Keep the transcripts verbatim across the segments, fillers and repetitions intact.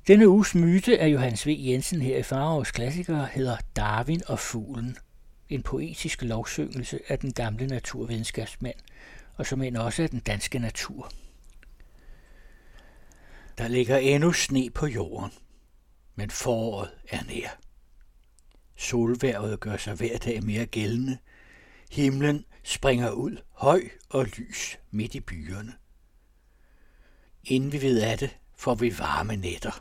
Denne uges myte af Johannes V. Jensen her i Farovs Klassikere hedder Darwin og fuglen. En poetisk lovsyngelse af den gamle naturvidenskabsmand, og som end også af den danske natur. Der ligger endnu sne på jorden, men foråret er nær. Solvejret gør sig hver dag mere gældende. Himlen springer ud høj og lys midt i byerne. Inden vi ved af det, får vi varme nætter.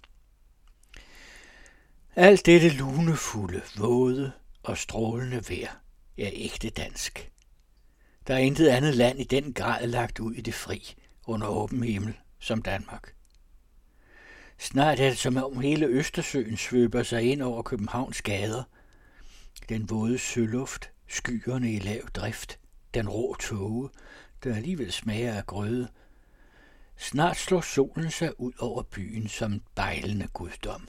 Alt dette lunefulde, våde og strålende vejr er ægte dansk. Der er intet andet land i den grad lagt ud i det fri under åben himmel som Danmark. Snart er det som om hele Østersøen svøber sig ind over Københavns gader. Den våde søluft, skyerne i lav drift, den rå tåge, der alligevel smager af grøde. Snart slår solen sig ud over byen som en bejlende guddom.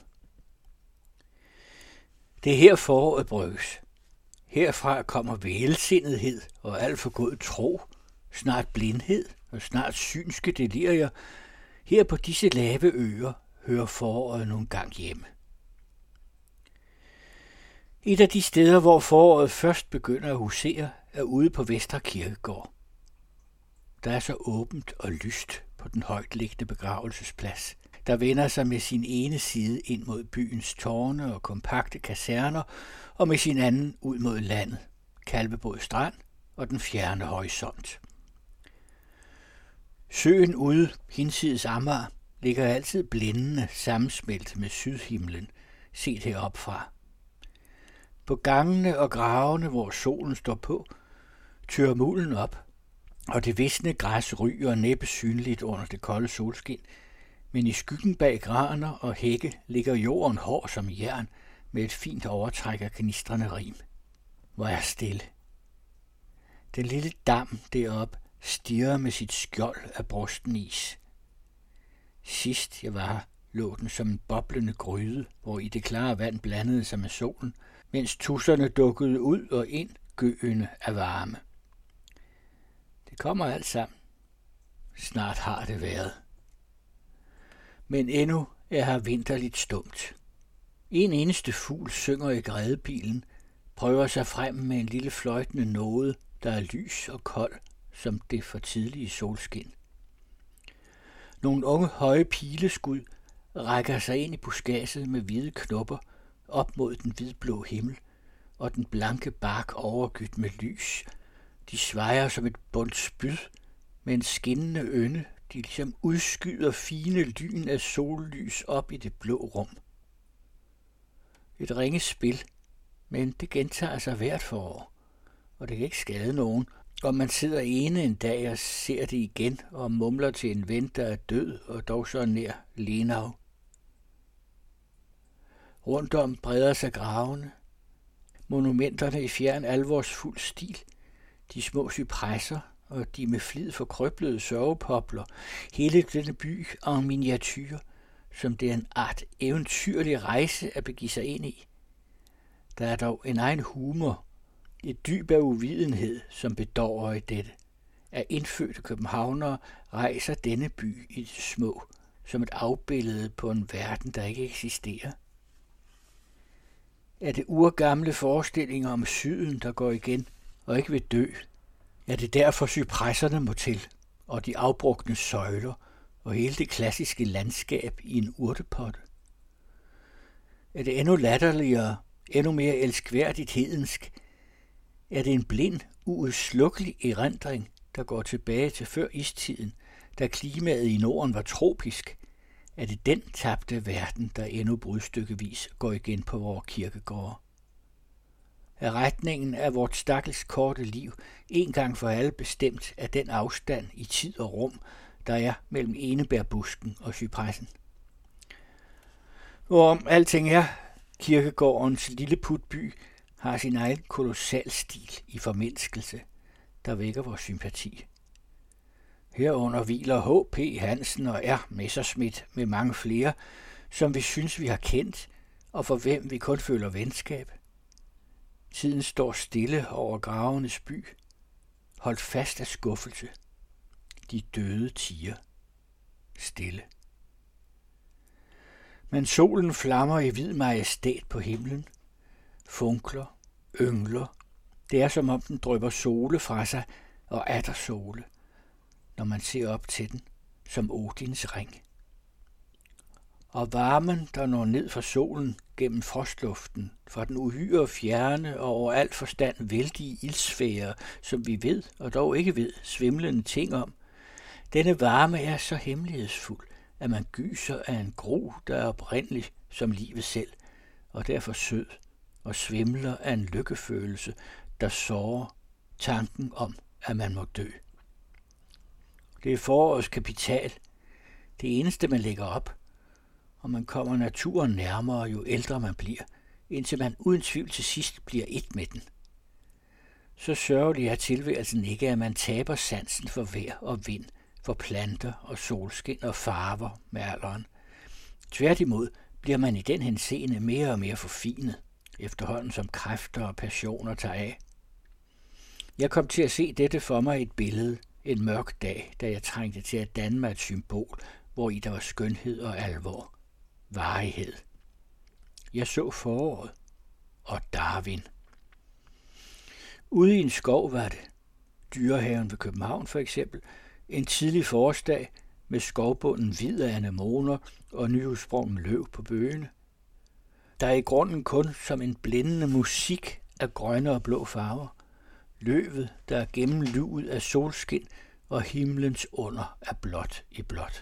Det er her foråret brygges. Herfra kommer vælsindethed og alt for god tro, snart blindhed og snart synske delirier. Her på disse lave øer hører foråret nogle gang hjemme. Et af de steder, hvor foråret først begynder at husere, er ude på Vestre Kirkegård. Der er så åbent og lyst på den højtliggende begravelsesplads, der vender sig med sin ene side ind mod byens tårne og kompakte kaserner, og med sin anden ud mod landet, Kalvebod Strand og den fjerne horisont. Søen ude, hinsides Amager, ligger altid blændende sammensmeltet med sydhimlen, set heropfra. På gangene og gravene, hvor solen står på, tør mulden op, og det visne græs ryger næppe synligt under det kolde solskin, men i skyggen bag graner og hække ligger jorden hård som jern med et fint overtræk af gnistrende rim. Hvor er stille. Den lille dam deroppe stirrer med sit skjold af brusten is. Sidst jeg var her, lå den som en boblende gryde, hvor i det klare vand blandede sig med solen, mens tusserne dukkede ud og ind gøende af varme. Det kommer alt sammen. Snart har det været. Men endnu er her vinterligt stumt. En eneste fugl synger i grædebilen, prøver sig frem med en lille fløjtende nåde, der er lys og kold, som det for tidlige solskin. Nogle unge høje pileskud rækker sig ind i buskadset med hvide knopper op mod den hvidblå himmel, og den blanke bark overgydt med lys. De svejer som et bundt spyd med en skinnende ynde, de ligesom udskyder fine lyn af sollys op i det blå rum. Et ringe spil, men det gentager sig hvert forår, og det kan ikke skade nogen, om man sidder ene en dag og ser det igen og mumler til en ven, der er død og dog så nær Lenau. Rundt om breder sig gravene, monumenterne i fjern alvorsfuld stil, de små cypresser og de med flid forkrøblede sørgepopler, hele denne by en miniature, som det er en art eventyrlig rejse at begive sig ind i. Der er dog en egen humor, et dyb af uvidenhed, som bedårer i dette. Af indfødte københavnere rejser denne by i det små, som et afbillede på en verden, der ikke eksisterer. Er det urgamle forestillinger om syden, der går igen og ikke vil dø? Er det derfor cypresserne må til, og de afbrugne søjler, og hele det klassiske landskab i en urtepotte? Er det endnu latterligere, endnu mere elskværdigt hedensk? Er det en blind, uudslukkelig erindring, der går tilbage til før istiden, da klimaet i Norden var tropisk? Er det den tabte verden, der endnu brudstykkevis går igen på vores kirkegårde? Er retningen af vort stakkels korte liv en gang for alle bestemt af den afstand i tid og rum, der er mellem enebærbusken og cypressen? Hvorom alting er, kirkegårdens lille putby har sin egen kolossal stil i formindskelse, der vækker vores sympati. Herunder hviler H P Hansen og R. Messerschmidt med mange flere, som vi synes, vi har kendt, og for hvem vi kun føler venskab. Tiden står stille over gravenes by, holdt fast af skuffelse. De døde tiger. Stille. Men solen flammer i hvid majestæt på himlen, funkler, yngler. Det er som om den drypper sole fra sig og atter sole, når man ser op til den som Odins ring. Og varmen, der når ned fra solen gennem frostluften, fra den uhyre fjerne og over al forstand vældige ildsfære, som vi ved og dog ikke ved svimlende ting om, denne varme er så hemmelighedsfuld, at man gyser af en gru, der er oprindelig som livet selv, og derfor sød og svimler af en lykkefølelse, der sårer tanken om, at man må dø. Det er forårets kapital, det eneste man lægger op, og man kommer naturen nærmere, jo ældre man bliver, indtil man uden tvivl til sidst bliver et med den. Så sørgelig er tilværelsen ikke, at man taber sansen for vejr og vind, for planter og solskin og farver med alderen. Tværtimod bliver man i den henseende mere og mere forfinet, efterhånden som kræfter og passioner tager af. Jeg kom til at se dette for mig i et billede, en mørk dag, da jeg trængte til at danne mig et symbol, hvor i der var skønhed og alvor, varighed. Jeg så foråret og Darwin. Ude i en skov var det, Dyrehaven ved København for eksempel, en tidlig forårsdag med skovbunden hvid af anemoner og nyudsprungen løv på bøgene. Der er i grunden kun som en blændende musik af grønne og blå farver. Løvet, der er gennemluet af solskin, og himlens under er blåt i blåt.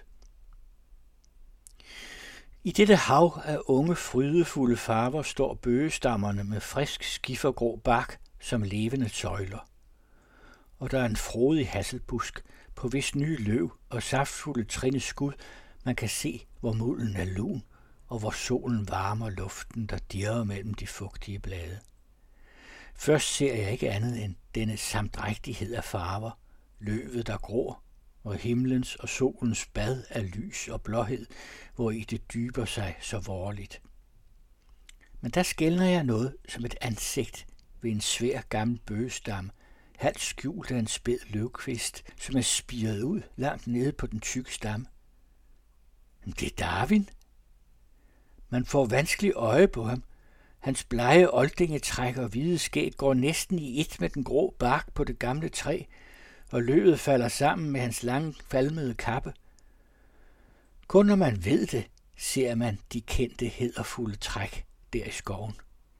I dette hav af unge, frydefulde farver står bøgestammerne med frisk skifergrå bark som levende søjler. Og der er en frodig hasselbusk, på hvis nye løv og saftfulde trinde skud, man kan se, hvor mulden er lun, og hvor solen varmer luften, der dirrer mellem de fugtige blade. Først ser jeg ikke andet end denne samdrægtighed af farver, løvet der gror, og himlens og solens bad af lys og blåhed, hvor i det dyber sig så vorligt. Men der skelner jeg noget som et ansigt ved en svær gammel bøgestamme, halvt skjult af en spæd løvkvist, som er spiret ud langt nede på den tykke stamme. Det er Darwin. Man får vanskeligt øje på ham. Hans blege oldingetræk og hvide skæg går næsten i et med den grå bark på det gamle træ, og løvet falder sammen med hans lange, falmede kappe. Kun når man ved det, ser man de kendte hæderfulde træk der i skoven.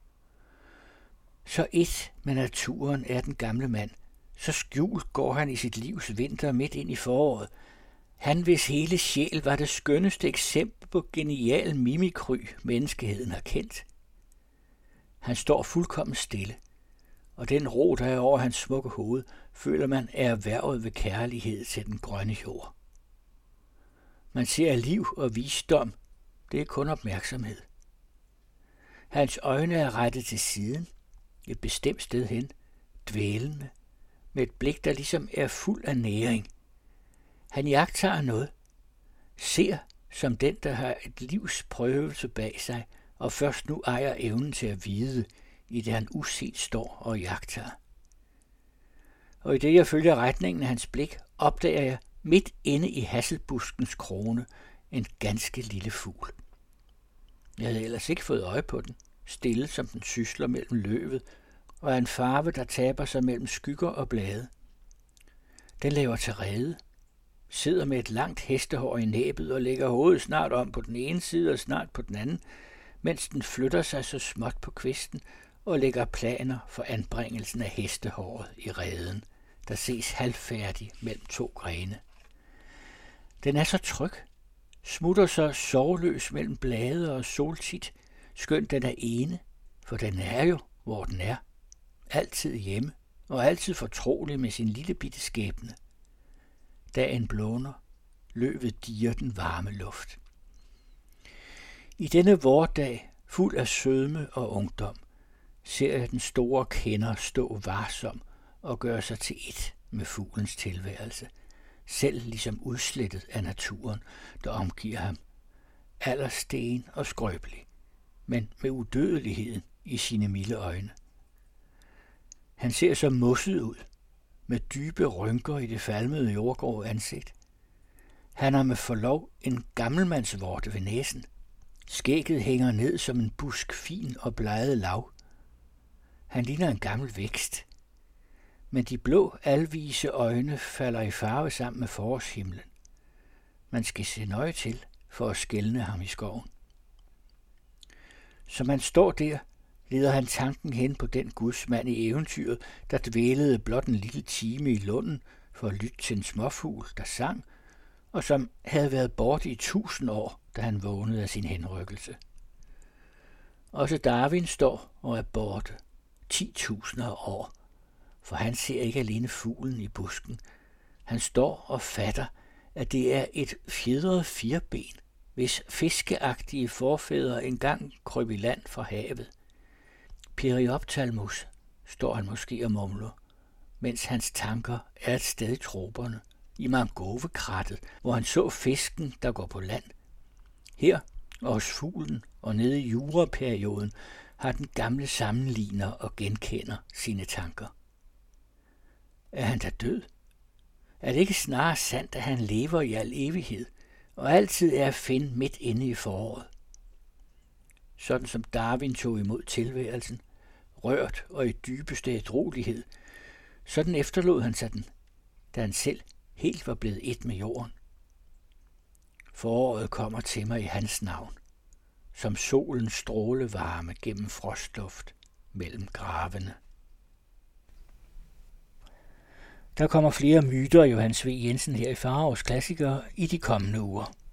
Så et med naturen er den gamle mand. Så skjult går han i sit livs vinter midt ind i foråret. Han, hvis hele sjæl var det skønneste eksempel på genial mimikry, menneskeheden har kendt. Han står fuldkommen stille, og den ro, der er over hans smukke hoved, føler man er erhvervet ved kærlighed til den grønne jord. Man ser liv og visdom, det er kun opmærksomhed. Hans øjne er rettet til siden, et bestemt sted hen, dvælende, med et blik, der ligesom er fuld af næring. Han jagttager noget, ser som den, der har et livs prøvelse bag sig, og først nu ejer evnen til at vide, i det han uset står og jagttager. Og i det jeg følger retningen af hans blik, opdager jeg midt inde i hasselbuskens krone en ganske lille fugl. Jeg havde ellers ikke fået øje på den, stille som den sysler mellem løvet, og er en farve, der taber sig mellem skygger og blade. Den laver til rede, sidder med et langt hestehår i næbet og lægger hovedet snart om på den ene side og snart på den anden, mens den flytter sig så småt på kvisten og lægger planer for anbringelsen af hestehåret i reden, der ses halvfærdig mellem to grene. Den er så tryg, smutter så sorgløs mellem blade og soltit, skønt den er ene, for den er jo, hvor den er, altid hjemme og altid fortrolig med sin lille bitte skæbne. Dagen blåner, løvet dirrer den varme luft. I denne vordag, fuld af sødme og ungdom, ser jeg den store kender stå varsom og gøre sig til et med fuglens tilværelse, selv ligesom udslettet af naturen, der omgiver ham, aldersten og skrøbelig, men med udødeligheden i sine milde øjne. Han ser så mosset ud, med dybe rynker i det falmede jordgrå ansigt. Han har med forlov en gammelmandsvorte ved næsen, Skægget hænger ned som en busk fin og bleget lav. Han ligner en gammel vækst, men de blå, alvise øjne falder i farve sammen med forårshimlen. Man skal se nøje til for at skelne ham i skoven. Som han står der, leder han tanken hen på den gudsmand i eventyret, der dvælede blot en lille time i lunden for at lytte til en småfugl, der sang, og som havde været borte i tusind år, da han vågnede af sin henrykkelse. Også Darwin står og er borte, ti tusinder af år, for han ser ikke alene fuglen i busken. Han står og fatter, at det er et fjedret firben, hvis fiskeagtige forfædre engang krøb i land fra havet. Perioptalmus, står han måske og mumler, mens hans tanker er et sted i troperne, i mangovekrattet, hvor han så fisken, der går på land. Her og hos fuglen og nede i juraperioden har den gamle sammenligner og genkender sine tanker. Er han da død? Er det ikke snarere sandt, at han lever i al evighed, og altid er at finde midt inde i foråret? Sådan som Darwin tog imod tilværelsen, rørt og i dybeste ædruelighed, sådan efterlod han sig den, da han selv helt var blevet et med jorden. Foråret kommer til mig i hans navn, som solens strålevarme gennem frostluft mellem gravene. Der kommer flere myter af Johannes V. Jensen her i Faraos Klassikere i de kommende uger.